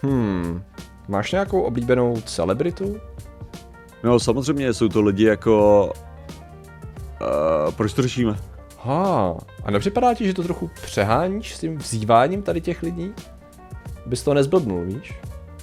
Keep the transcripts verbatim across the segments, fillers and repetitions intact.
Hmm, máš nějakou oblíbenou celebritu? No samozřejmě jsou to lidi jako... Uh, proč to řešíme? Ha, a nepřipadá ti, že to trochu přeháníš s tím vzýváním tady těch lidí? Bys to nezblbnul, víš?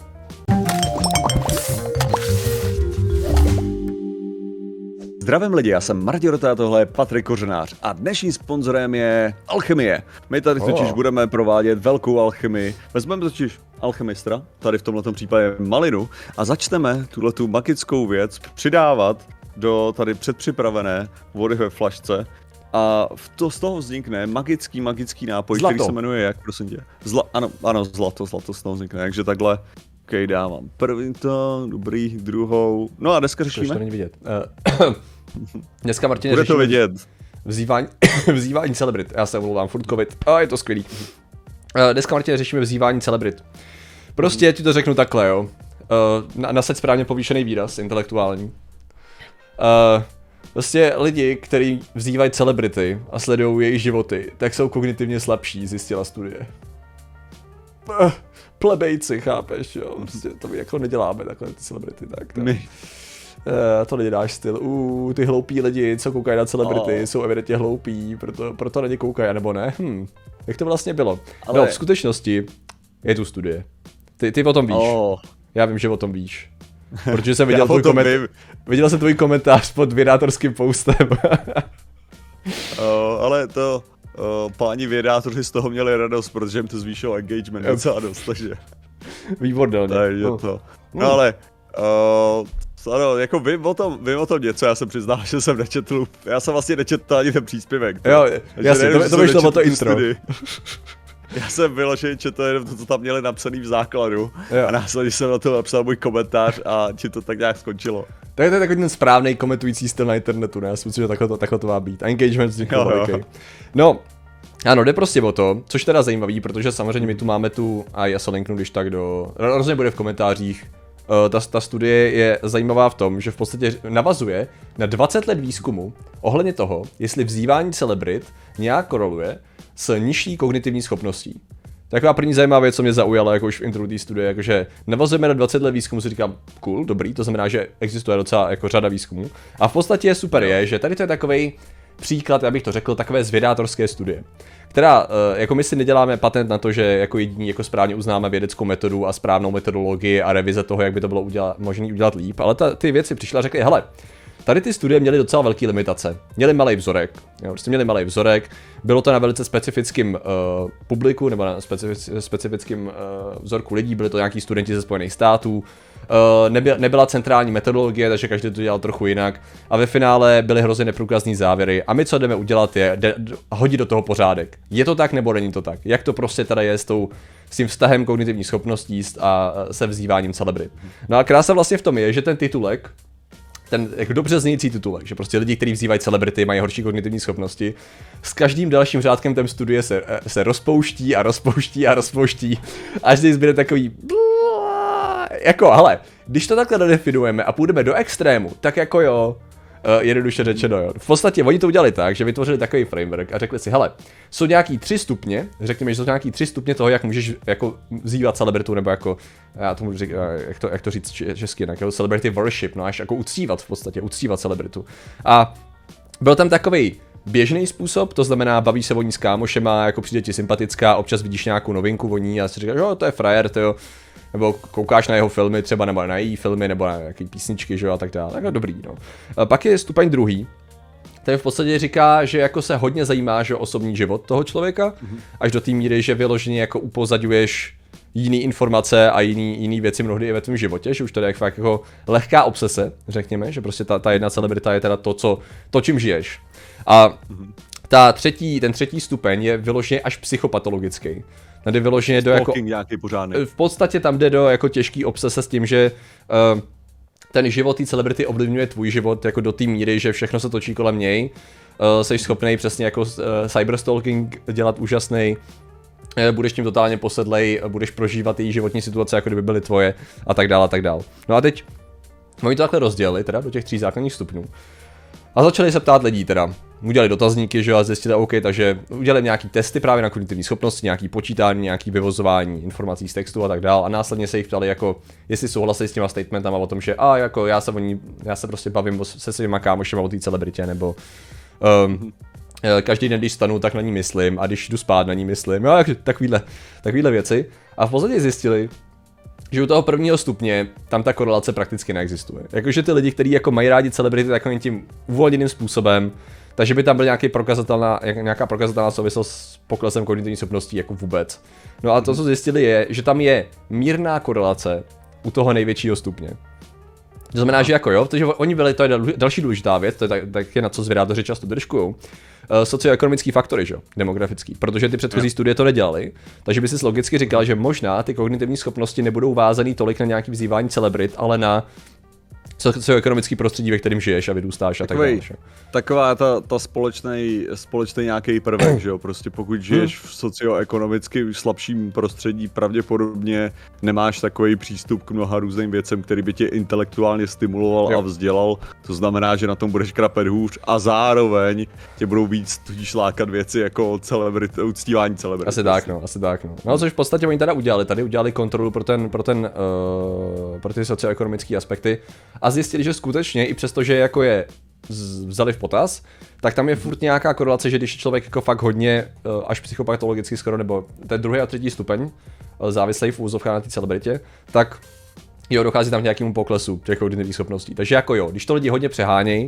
Zdravím lidi, já jsem Martin Rota, tohle je Patrik Kořenář a dnešním sponzorem je Alchemie. My tady totiž oh. budeme provádět velkou alchemii. Vezmeme totiž alchemistra, tady v tomto případě malinu, a začneme tuhletu magickou věc přidávat do tady předpřipravené vody ve flašce. A to z toho vznikne magický, magický nápoj, zlato. Který se jmenuje jak, prosím tě? Zla, ano, ano, zlato, zlato z toho vznikne, takže takhle. OK, dávám první to, dobrý, druhou, no a dneska řešíme. To není vidět. Uh, dneska, Martine, bude to vidět. Vzývání, vzývání celebrit, já se omlouvám, furt covid, a je to skvělý. Uh, dneska, Martine, řešíme vzývání celebrit. Prostě hmm. ti to řeknu takhle, jo. Uh, nasaď správně povýšený výraz, intelektuální. Uh, Prostě lidi, kteří vzývají celebrity a sledují jejich životy, tak jsou kognitivně slabší, zjistila studie. Plebejci, chápeš, jo, prostě to my jako neděláme takhle ty celebrity, tak to, my. Uh, to neděláš styl, uh, ty hloupí lidi, co koukají na celebrity, oh. jsou evidentně hloupí, proto, proto na ně koukají, nebo ne, hm, jak to vlastně bylo? Ale... No, v skutečnosti je tu studie, ty, ty o tom víš, oh. já vím, že o tom víš. Protože jsem viděl, tvůj koment... viděl jsem tvůj komentář pod vědátorským postem. uh, ale to uh, páni vědátoři z toho měli radost, protože jim to zvýšilo engagement docela dost, takže... Výborné. Takže no. to. No ale, uh, ano, jako vím o tom, vím o tom něco, já jsem přiznal, že jsem nečetl, já jsem vlastně nečetl ani ten příspěvek. Jo, jasně, to, to vyšlo o to intro. Já jsem vyloženě četl jenom to, co tam měli napsaný v základu, jo. A následně jsem na to napsal můj komentář a ti to tak nějak skončilo. Tak to je takový ten správný komentující styl na internetu, ne? Já si myslím, že takhle to, takhle to má být. A engagement vznikl veliký. No, ano, jde prostě o to, což teda zajímavý, protože samozřejmě my tu máme tu, a já se linknu když tak do, rozhodně bude v komentářích. Uh, ta, ta studie je zajímavá v tom, že v podstatě navazuje na dvacet let výzkumu ohledně toho, jestli vzývání celebrit nějak koreluje s nižší kognitivní schopností. Taková první zajímavá věc, co mě zaujala, jako už v intro té studie, jakože navazujeme na dvacet let výzkumu, si říkám, cool, dobrý, to znamená, že existuje docela jako řada výzkumů. A v podstatě super je, že tady to je takovej příklad, já bych to řekl, takové zvědátorské studie, která, jako my si neděláme patent na to, že jako jediní jako správně uznáme vědeckou metodu a správnou metodologii a revize toho, jak by to bylo udělat, možné udělat líp, ale ta, ty věci přišly a řekly, hele, tady ty studie měly docela velké limitace. Měly malý vzorek, jo, prostě měli malý vzorek, bylo to na velice specifickém uh, publiku nebo na specific, specifickém uh, vzorku lidí, byli to nějaký studenti ze Spojených států, uh, nebyla, nebyla centrální metodologie, takže každý to dělal trochu jinak a ve finále byly hrozně neprůkazný závěry a my co jdeme udělat je de, de, hodit do toho pořádek. Je to tak nebo není to tak? Jak to prostě teda je s, tou, s tím vztahem kognitivní schopností a se vzýváním celebrit? No a krása vlastně v tom je, že ten titulek, ten jako dobře znějící titulek, že prostě lidi, kteří vzývají celebrity, mají horší kognitivní schopnosti. S každým dalším řádkem té studie se, se rozpouští a rozpouští a rozpouští, až zde zbyde takový jako, hele, když to takhle definujeme a půjdeme do extrému, tak jako jo, uh, jednoduše řečeno, jo. V podstatě oni to udělali tak, že vytvořili takový framework a řekli si, hele, jsou nějaký tři stupně, řekněme, že jsou nějaký tři stupně toho, jak můžeš jako vzývat celebritu, nebo jako, já tomu říkám, jak to, jak to říct česky, jako celebrity worship, no až jako uctívat v podstatě, uctívat celebritu. A byl tam takový běžný způsob, to znamená, baví se o ní s kámošema, jako přijde ti sympatická, občas vidíš nějakou novinku o ní a si říkáš, jo, to je frajer, to jo. Nebo koukáš na jeho filmy třeba, nebo na její filmy, nebo na nějaké písničky, že jo, a tak dále. Tak dobrý, no. A pak je stupeň druhý, ten v podstatě říká, že jako se hodně zajímáš o osobní život toho člověka, mm-hmm. až do té míry, že vyloženě jako upozadňuješ jiný informace a jiný, jiný věci mnohdy i ve tvém životě, že už to je fakt jako lehká obsese, řekněme, že prostě ta, ta jedna celebrita je teda to, co, to čím žiješ. A mm-hmm. ta třetí, ten třetí stupeň je vyloženě až psychopatologický. Tady vyloženě do jako, v podstatě tam jde do jako těžký obsese s tím, že uh, ten život té celebrity ovlivňuje tvůj život jako do té míry, že všechno se točí kolem něj. Uh, jsi schopný přesně jako uh, cyberstalking dělat úžasný. Uh, budeš tím totálně posedlej, budeš prožívat její životní situace, jako kdyby byly tvoje a tak dále a tak dále. No a teď oni to takhle rozdělili teda do těch tří základních stupňů. A začali se ptát lidí teda, udělali dotazníky, že jo, a zjistili, OK, takže udělali nějaký testy právě na kognitivní schopnosti, nějaký počítání, nějaký vyvozování informací z textu a tak dál a následně se jich ptali jako, jestli souhlasí s těma statementama o tom, že a jako já se o ní, já se prostě bavím se svýma kámošema o té celebritě, nebo um, každý den, když stanu, tak na ní myslím a když jdu spát, na ní myslím, jo, takovýhle, takovýhle věci a v podstatě zjistili, že u toho prvního stupně tam ta korelace prakticky neexistuje. Jakože ty lidi, kteří jako mají rádi celebrity takovým tím uvolněným způsobem, takže by tam byl nějaký prokazatelná, nějaká prokazatelná souvislost s poklesem kognitivní schopností jako vůbec. No a to, co zjistili, je, že tam je mírná korelace u toho největšího stupně. To znamená, že jako jo, protože oni byli, to je další důležitá věc, to je tak, tak je na co zvědátoři často držkujou, uh, socioekonomický faktory, že jo, demografický, protože ty předchozí studie to nedělali, takže by si logicky říkal, že možná ty kognitivní schopnosti nebudou vázaný tolik na nějaký vzývání celebrit, ale na socioekonomický prostředí, ve kterém žiješ a vyrůstáš a tak dále. Taková ta, ta společný, společný nějaký prvek, že jo, prostě pokud žiješ v socioekonomicky slabším prostředí, pravděpodobně nemáš takový přístup k mnoha různým věcem, který by tě intelektuálně stimuloval jo. a vzdělal, to znamená, že na tom budeš krapet hůř a zároveň tě budou víc tudíž lákat věci jako celebrit, uctívání celebrit. Asi tak, no, asi tak, no. No, což v podstatě oni teda udělali, tady udělali kontrolu pro ten, pro ten, uh, pro ty socioekonomické aspekty a zjistili, že skutečně, i přesto, že jako je vzali v potaz, tak tam je furt nějaká korelace, že když člověk jako fakt hodně, až psychopatologicky skoro, nebo ten druhý a třetí stupeň, závislý v úzovkách na té celebritě, tak jo, dochází tam k nějakému poklesu těch kognitivních schopností. Takže jako jo, když to lidi hodně přehánějí,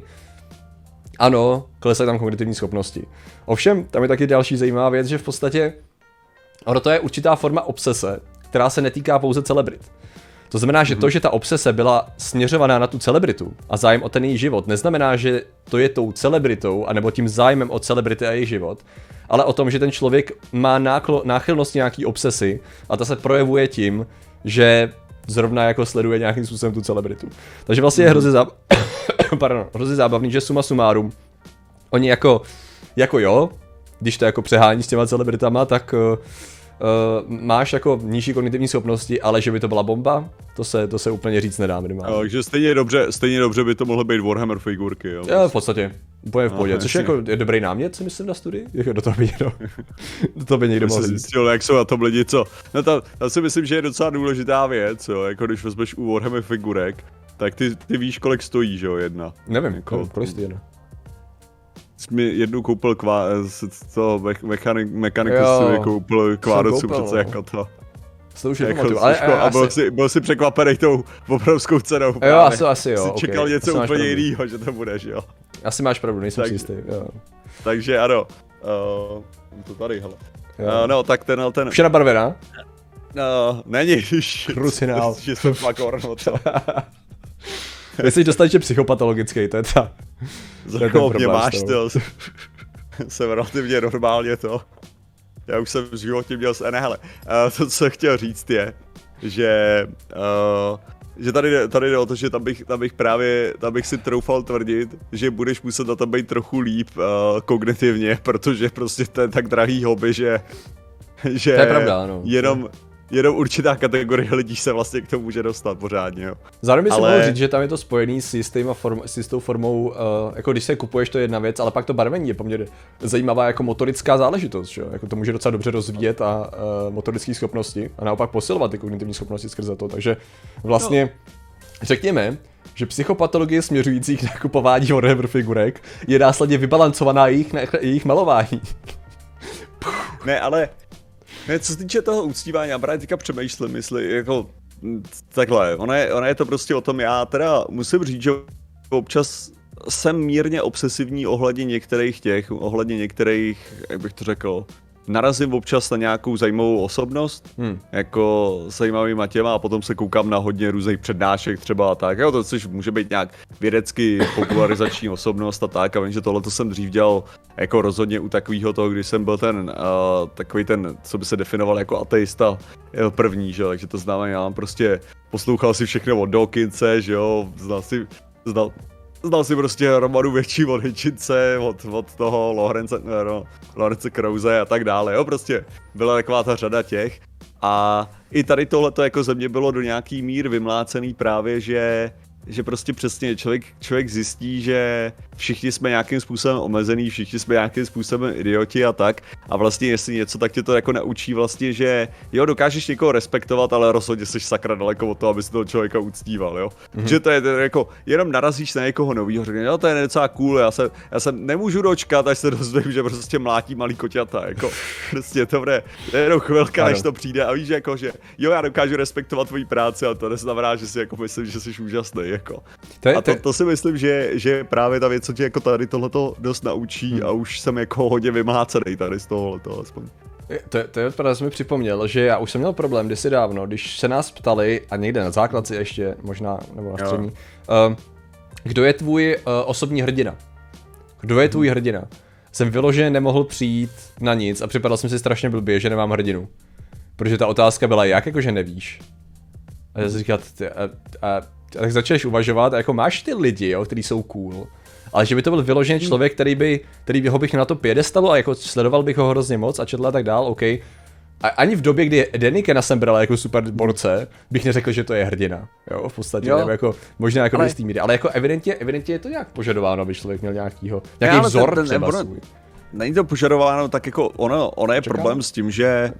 ano, klesají tam kognitivní schopnosti. Ovšem, tam je taky další zajímavá věc, že v podstatě ono to je určitá forma obsese, která se netýká pouze celebrit. To znamená, že to, že ta obsese byla směřovaná na tu celebritu a zájem o ten její život, neznamená, že to je tou celebritou, anebo tím zájmem o celebrity a její život, ale o tom, že ten člověk má náklo, náchylnost nějaký obsesy a ta se projevuje tím, že zrovna jako sleduje nějakým způsobem tu celebritu. Takže vlastně je hrozně, záb... Pardon, hrozně zábavný, že suma sumárum, oni jako, jako jo, když to jako přehání s těma celebritama, tak Uh, máš jako nižší kognitivní schopnosti, ale že by to byla bomba, to se, to se úplně říct nedá minimálně. Takže stejně dobře, stejně dobře by to mohlo být Warhammer figurky, jo? Jo, v podstatě, úplně v pohodě, což je jako je dobrý námět, si myslím, na studii, jako do toho by někdo, do toho by někdo mohl říct. Zjistil, jak jsou na tom lidi, co? No to, to si myslím, že je docela důležitá věc, jo, jako když vezmeš u Warhammer figurek, tak ty, ty víš, kolik stojí, že jo, jedna. Nevím, jako, kolik stojí jedna. Jsi mi jednu koupil kvá, to mechanik, mechaniku si mi koupil kvádocu přece jako to. To už jako pamatuju, ale, ale a byl, asi... si, byl si překvapený tou obrovskou cenou. Jo, asi, asi jo. Jsi okay. čekal něco asi úplně jinýho, že to budeš, jo. Asi máš pravdu, nejsem tak, si jistý, jo. Takže ano, uh, to tady, hele. Uh, no, tak ten, ten... Už je nabarvená? No, není, Krucinál. Že jsem fakt orno, to. Jsi dostatečně psychopatologický, to je ta... Zakoho mě máš, to. Jsem relativně normálně to. Já už jsem v životě měl s... Ne, hele, uh, to, co jsem chtěl říct je, že... Uh, že tady jde, tady jde o to, že tam bych, tam bych právě, tam bych si troufal tvrdit, že budeš muset na tom být trochu líp uh, kognitivně, protože prostě to je tak drahý hobby, že... že to je pravda, ano. Jenom... Jenom určitá kategorie lidí se vlastně k tomu může dostat pořádně, jo. Zároveň by ale... si mohl říct, že tam je to spojený s, form, s jistou formou, uh, jako když se kupuješ, to je jedna věc, ale pak to barvení je poměrně zajímavá jako motorická záležitost, že jo. Jako to může docela dobře rozvíjet a uh, motorické schopnosti a naopak posilovat ty kognitivní schopnosti skrze to, takže vlastně no. Řekněme, že psychopatologie směřující k nakupování Warhammer figurek je následně vybalancovaná jejich, jejich malování. Ne, ale... Ne, co se týče toho uctívání, já právě teďka přemýšlím, jestli jako takhle, ono je, ono je to prostě o tom, já teda musím říct, že občas jsem mírně obsesivní ohledně některých těch, ohledně některých, jak bych to řekl, narazím občas na nějakou zajímavou osobnost, hmm. jako zajímavýma těma a potom se koukám na hodně různých přednášek třeba a tak, jo, to což může být nějak vědecky popularizační osobnost a tak, a vím, že tohle to jsem dřív dělal jako rozhodně u takového toho, když jsem byl ten, uh, takový ten, co by se definoval jako ateista první, že jo, takže to znamená, já mám prostě poslouchal si všechno od Dawkinse, že jo, znal si, znal, Znal si prostě Romanu větší od Hitchinse, od, od toho Lorence, no, Lorence Krause a tak dále, jo, prostě byla taková ta řada těch. A i tady tohleto jako ze mě bylo do nějaký mír vymlácený právě, že že prostě přesně člověk, člověk zjistí, že všichni jsme nějakým způsobem omezený, všichni jsme nějakým způsobem idioti a tak. A vlastně jestli něco, tak tě to jako naučí vlastně, že jo, dokážeš někoho respektovat, ale rozhodně jsi sakra daleko od toho, aby si toho člověka uctíval, jo. Mm-hmm. Že to je jako, jenom narazíš na někoho novýho, řekne, jo, to je docela cool, já se, já se nemůžu dočkat, až se dozvím, že prostě mlátí malý koťata, jako prostě to bude jenom chvilka, než to přijde a víš, jako, že jo, já dokážu respektovat tvoji práci, ale to neznamená, že si jako myslím, že jsi úžasný, jako. To je, a to, to si myslím, že, že právě ta věc, co tě jako tady tohleto dost naučí hmm. a už jsem jako hodně vymácený tady z tohoto aspoň. To, to je pravda, jsem mi připomněl, že já už jsem měl problém kdysi dávno, když se nás ptali, a někde na základce ještě, možná, nebo na střední, uh, kdo je tvůj uh, osobní hrdina? Kdo je tvůj hrdina? Jsem vyloženě nemohl přijít na nic a připadal jsem si strašně blbě, že nemám hrdinu. Protože ta otázka byla, jak jakože nevíš? A já jsem říkal, a, a, a tak začneš uvažovat, a jako máš ty lidi, jo, kteří jsou cool, ale že by to byl vyložený člověk, který by, který by ho bych na to piedestalu a jako sledoval bych ho hrozně moc a četl a tak dál, OK. A ani v době, kdy Dennikena jsem bral jako super borce, bych neřekl, že to je hrdina, jo, v podstatě, nebo jako, možná jako ale... míry, ale jako evidentně, evidentně je to nějak požadováno, aby člověk měl nějakýho, nějaký ne, vzor ten, ten, třeba svůj. Není to požadováno, tak jako ono, ono je Čekám. problém s tím, že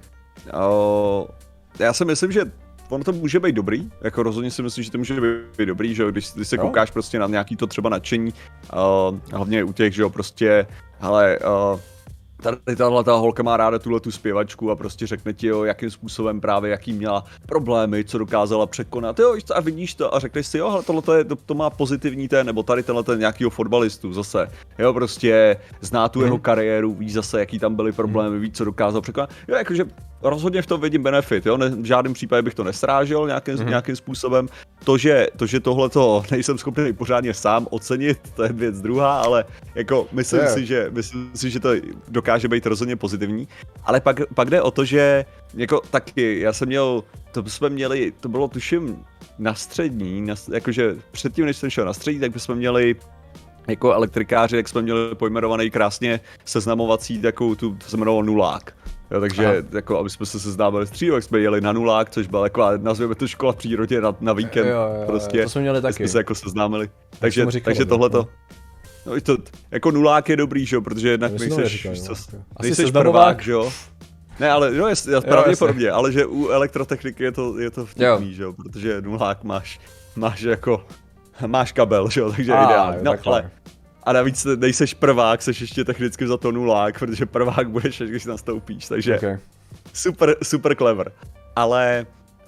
uh, já si myslím, že ono to může být dobrý, jako rozhodně si myslím, že to může být dobrý, že když, když se koukáš prostě na nějaký to třeba nadšení, uh, hlavně u těch, že jo, prostě, hele, uh, tady tahle ta holka má ráda tuhle tu zpěvačku a prostě řekne ti, jo, jakým způsobem právě, jaký měla problémy, co dokázala překonat, jo, a vidíš to a řekneš si, jo, hele, tohle je, to, to má pozitivní ten, nebo tady tenhle ten nějakýho fotbalistu zase, jo, prostě zná tu mm. jeho kariéru, ví zase, jaký tam byly problémy, ví, co dokázal překonat, jo, jakože rozhodně v tom vidím benefit, jo, ne, v žádném případě bych to nesrážel nějakým, mm. nějakým způsobem, to, že, to, že tohleto nejsem schopný pořádně sám ocenit, to je věc druhá, ale jako myslím yeah. si, že, myslím si, že to dokáže být rozhodně pozitivní, ale pak, pak jde o to, že jako taky, já jsem měl, to jsme měli, to bylo tuším na střední, na, jakože předtím, než jsem šel na střední, tak bychom měli jako elektrikáři, jak jsme měli pojmenovaný krásně seznamovací takovou tu, to se jmenovalo nulák. Jo, takže Aha. jako, aby jsme se seznámili s třídou, jak jsme jeli na nulák, což byla jako, nazvěme to škola v přírodě na, na víkend, jo, jo, prostě, to jsme měli taky. Jsme se jako seznámili, takže, takže tohleto. No to, jako nulák je dobrý, že jo, protože jednak nejseš, nejseš prvák, že jo. Ne, ale no, jest, pravděpodobně, ale že u elektrotechniky je to, je to vtipný, že jo, protože nulák máš, máš jako, máš kabel, že jo, takže je ideální. No, ale, a navíc nejseš prvák, seš ještě technicky za to nulák, protože prvák budeš, když nastoupíš, takže okay. super, super clever. Ale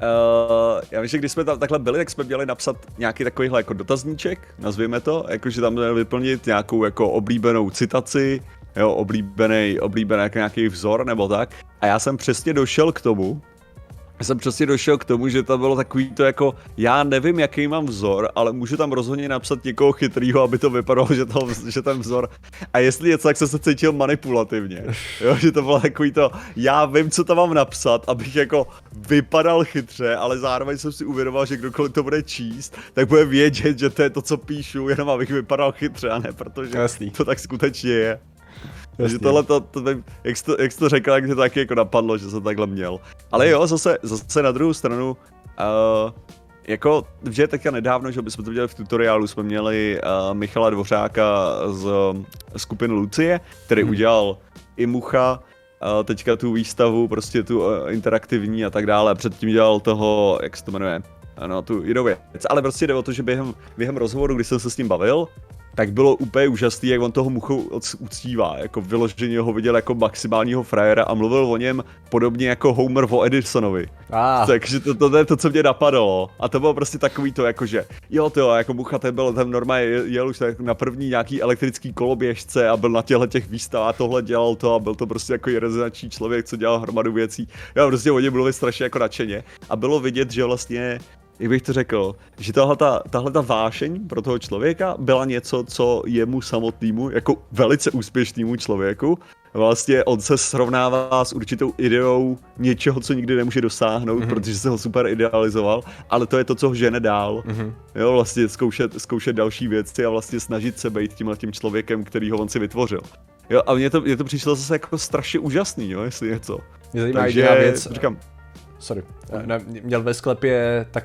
Uh, já vím, že když jsme tam takhle byli, tak jsme měli napsat nějaký takovýhle jako dotazníček, nazvěme to, jakože tam měli vyplnit nějakou jako oblíbenou citaci, jo, oblíbený, oblíbený nějaký vzor nebo tak. A já jsem přesně došel k tomu, já jsem přesně došel k tomu, že to bylo takový to jako, já nevím, jaký mám vzor, ale můžu tam rozhodně napsat někoho chytrýho, aby to vypadalo, že, to, že ten vzor, a jestli něco, tak jsem se cítil manipulativně, jo, že to bylo takový to, já vím, co tam mám napsat, abych jako vypadal chytře, ale zároveň jsem si uvědomoval, že kdokoliv to bude číst, tak bude vědět, že to je to, co píšu, jenom abych vypadal chytře, a ne, protože Jasný. To tak skutečně je. Takže tohle, to, to, jak, jsi to, jak jsi to řekl, tak mě to taky jako napadlo, že jsem takhle měl. Ale jo, zase, zase na druhou stranu, uh, jako, že teďka nedávno, že bychom to viděli v tutoriálu, jsme měli uh, Michala Dvořáka z uh, skupiny Lucie, který hmm. udělal i Mucha, uh, teďka tu výstavu, prostě tu uh, interaktivní a tak dále, a předtím dělal toho, jak se to jmenuje, ano, tu jinou věc. Ale prostě jde o to, že během, během rozhovoru, když jsem se s ním bavil, tak bylo úplně úžasný, jak on toho Muchu uctívá, jako vyloženě ho viděl jako maximálního frajera a mluvil o něm podobně jako Homer o Edisonovi. Ah. Takže to, to, to je to, co mě napadlo. A to bylo prostě takový to, jakože, jo to jo, jako Mucha ten byl tam normálně, jel už na první nějaký elektrický koloběžce a byl na těchto těch výstavách a tohle dělal to a byl to prostě jako rezonační člověk, co dělal hromadu věcí. Já prostě o něm mluvil strašně jako nadšeně a bylo vidět, že vlastně, jak bych to řekl, že tahle ta vášeň pro toho člověka byla něco, co jemu samotnému, jako velice úspěšnému člověku, vlastně on se srovnává s určitou ideou něčeho, co nikdy nemůže dosáhnout, mm-hmm. protože se ho super idealizoval, ale to je to, co ho žene dál. Mm-hmm. Jo, vlastně zkoušet, zkoušet další věci a vlastně snažit se být tímhletím člověkem, který ho on si vytvořil. Jo, a mně to, mně to přišlo zase jako strašně úžasný, jo, jestli něco. Mě zajímá jiná věc. Říkám, Sorry. Ne, měl ve sklepě taky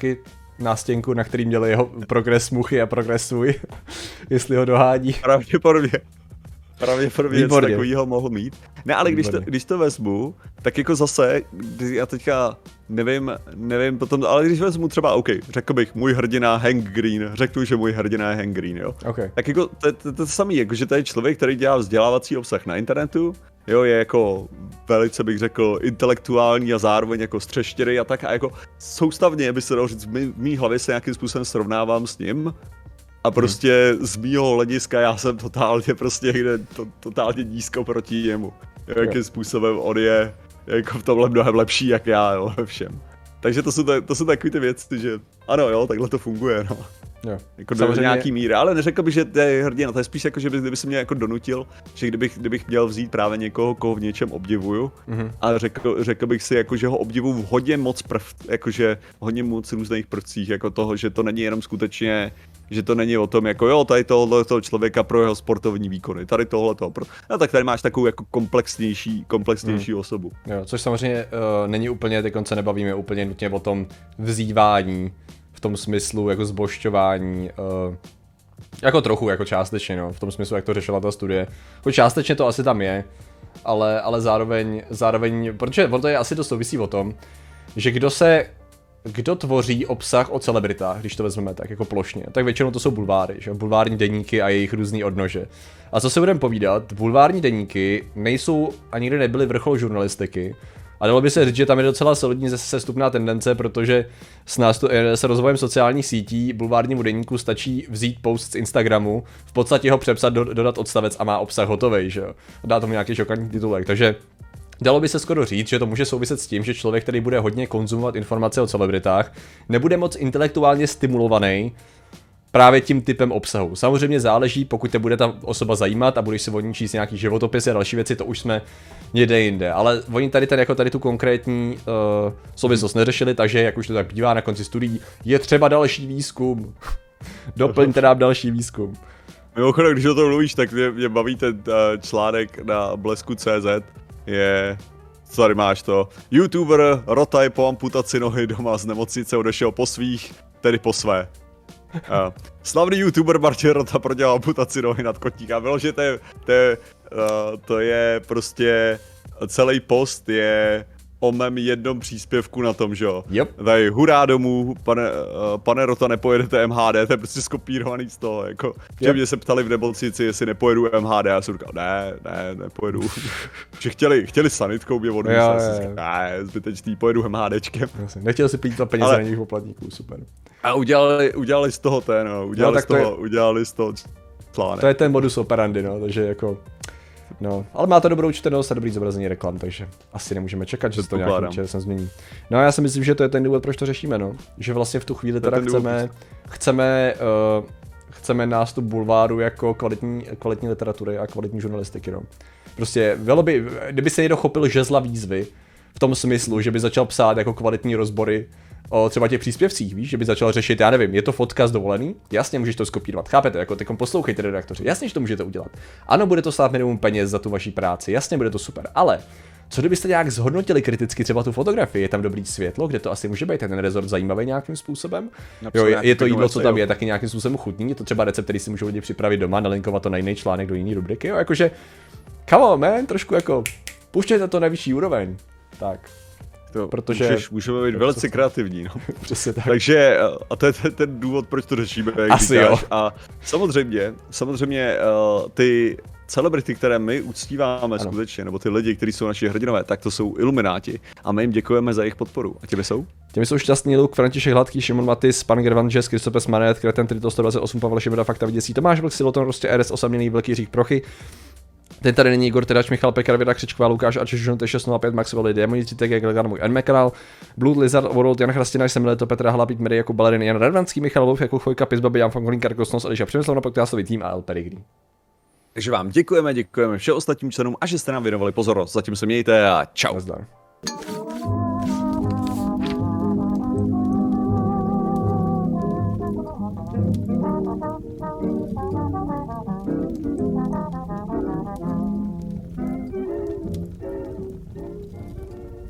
nástěnku, na který měli jeho progres muchy a progres svůj, jestli ho dohání. Pravděpodobně. Pravděpodobně něco takového mohl mít. Ne, ale když to, když to vezmu, tak jako zase, já teďka nevím, nevím potom, ale když vezmu třeba, OK, řekl bych, můj hrdina Hank Green, řeknu, že můj hrdina je Hank Green, jo. Okay. Tak jako to je to, to samý, jako, že to je člověk, který dělá vzdělávací obsah na internetu, jo, je jako velice bych řekl intelektuální a zároveň jako střeštěrý a tak a jako soustavně by se dalo říct, v mý hlavě se nějakým způsobem srovnávám s ním. A prostě hmm. z mýho hlediska já jsem totálně prostě někde to, totálně nízko proti němu. Jakým způsobem on je jako v tomhle mnohem lepší jak já, jo, ve všem. Takže to jsou, to jsou takové ty věci, že ano, jo, takhle to funguje, no. Jo. Jako do nějaký míry, ale neřekl bych, že to je hrdina, to je spíš jako, že by, kdyby se mě jako donutil, že kdybych, kdybych měl vzít právě někoho, koho v něčem obdivuju, mm-hmm. a řekl, řekl bych si, jako, že ho obdivuju v hodně moc prv, jakože hodně moc různých prvcích, jako toho, že to není jenom skutečně, že to není o tom, jako jo, tady tohle toho člověka pro jeho sportovní výkony, tady tohle toho, pro... no tak tady máš takovou jako komplexnější, komplexnější mm. osobu. Jo, což samozřejmě uh, není úplně, teď se nebavíme úplně nutně o tom vzývání, v tom smyslu jako zbožťování, uh, jako trochu, jako částečně, no, v tom smyslu, jak to řešila ta studie. Jako částečně to asi tam je, ale, ale zároveň, zároveň, protože ono to je asi to souvisí o tom, že kdo se, kdo tvoří obsah o celebritách, když to vezmeme tak jako plošně, tak většinou to jsou bulváry, že? Bulvární deníky a jejich různý odnože. A co se budeme povídat, bulvární deníky nejsou a nikdy nebyly vrchol žurnalistiky, a dalo by se říct, že tam je docela solidní sestupná tendence, protože s, nástup, s rozvojem sociálních sítí bulvárnímu deníku stačí vzít post z Instagramu, v podstatě ho přepsat, do, dodat odstavec a má obsah hotovej, že jo. Dá tomu nějaký šokantní titulek, takže dalo by se skoro říct, že to může souviset s tím, že člověk, který bude hodně konzumovat informace o celebritách, nebude moc intelektuálně stimulovaný právě tím typem obsahu. Samozřejmě záleží, pokud te bude ta osoba zajímat a budeš si od ní číst nějaký životopisy a další věci, to už jsme někde jinde. Ale oni tady ten, jako tady tu konkrétní uh, souvislost neřešili, takže jak už to tak bývá na konci studií, je třeba další výzkum. Doplňte nám další výzkum. Mimochodem, když o tom mluvíš, tak mě, mě baví ten uh, článek na blesku tečka cé zet. Je... Co tady máš to? YouTuber Rotaj po amputaci nohy doma z nemocnice odešel po svých, tedy po své. Uh, slavný YouTuber Martin Rota prodělal amputaci nohy nad kotníka. Bylo, že to je, to je, uh, to je prostě celý post je o mém jednom příspěvku na tom, že jo. Yep. Tady hurá domů, pane, uh, pane Rota, nepojedete M H D, to je prostě skopírovaný z toho, jako. Že yep. Mě se ptali v nemocnici, jestli nepojedu M H D, a já jsem říkal, ne, ne, nepojedu. Že chtěli, chtěli sanitkou mě odvízt, a já jsem říkal, ne, zbytečný, pojedu MHDčkem. Nechtěl si plít za peníze ale... na nich poplatníků, super. A udělali, udělali z toho ten, no, udělali, no, z toho, je... udělali z toho článek. To je ten modus operandi, no, takže jako, no, ale má to dobrou čtenost a dobrý zobrazení reklam, takže asi nemůžeme čekat, že se to nějakým časem změní. No a já si myslím, že to je ten důvod, proč to řešíme, no, že vlastně v tu chvíli teda chceme, chceme, uh, chceme nástup bulváru jako kvalitní, kvalitní literatury a kvalitní žurnalistiky, no. Prostě, bylo by, kdyby se někdo chopil žezla výzvy, v tom smyslu, že by začal psát jako kvalitní rozbory o třeba těch příspěvcích, víš, že by začal řešit, já nevím, je to fotka z dovolený? Jasně, můžeš to skopírovat, chápete, jako teďkom poslouchejte redaktoři, jasně, že to můžete udělat. Ano, bude to stát minimum peněz za tu vaší práci, jasně, bude to super, ale co kdybyste nějak zhodnotili kriticky třeba tu fotografii, je tam dobrý světlo, kde to asi může být ten rezort zajímavý nějakým způsobem? Jo, je, je to jídlo, co tam je, taky nějakým způsobem chutný, je to třeba recept, který si můžou lidi připravit doma, nalinkovat to na jiný článek do jiné rubriky, jo, jakože, come on, man, trošku jako, puštějte to na vyšší úroveň, tak. To, protože můžeš, můžeme být velice kreativní, no. Přesně tak. Takže, a to je ten, ten důvod, proč to řešíme, jak asi říkáš. Jo. A samozřejmě, samozřejmě ty celebrity, které my uctíváme ano. skutečně, nebo ty lidi, kteří jsou naši hrdinové, tak to jsou ilumináti. A my jim děkujeme za jejich podporu. A těmi jsou? Těmi jsou Šťastný Luk, František Hladký, Šimon Matis, Pan Gervanžes, Kristopes Manet, Kreten Trito sto dvacet osm, Pavel Šimeda, Fakta Viděcí, Tomáš Vlk, Siloton, Rostě R S, Osamělý, Velký Řík Prochy. Ten tady není Igor Tedač, Michal Pekar, Věda Křičková, Lukáš a Čežon T šest nula pět, Maxwell, Diamonici, T G, Glegan, můj N. McCall, Blood Lizard, World, Jan Chrastina, Semleto, Petra Hlapík, Mary, Jakub Balerin, Jan Radvanský, Michal Wolf, Jakub Chvojka, Pizbaby, Jan Fangolín, Karkosnos, Eliša Přemysl, na podcastový tým a El Peregrin. Takže vám děkujeme, děkujeme všem ostatním členům a že jste nám věnovali pozornost. Zatím se mějte a čau. Nazdar.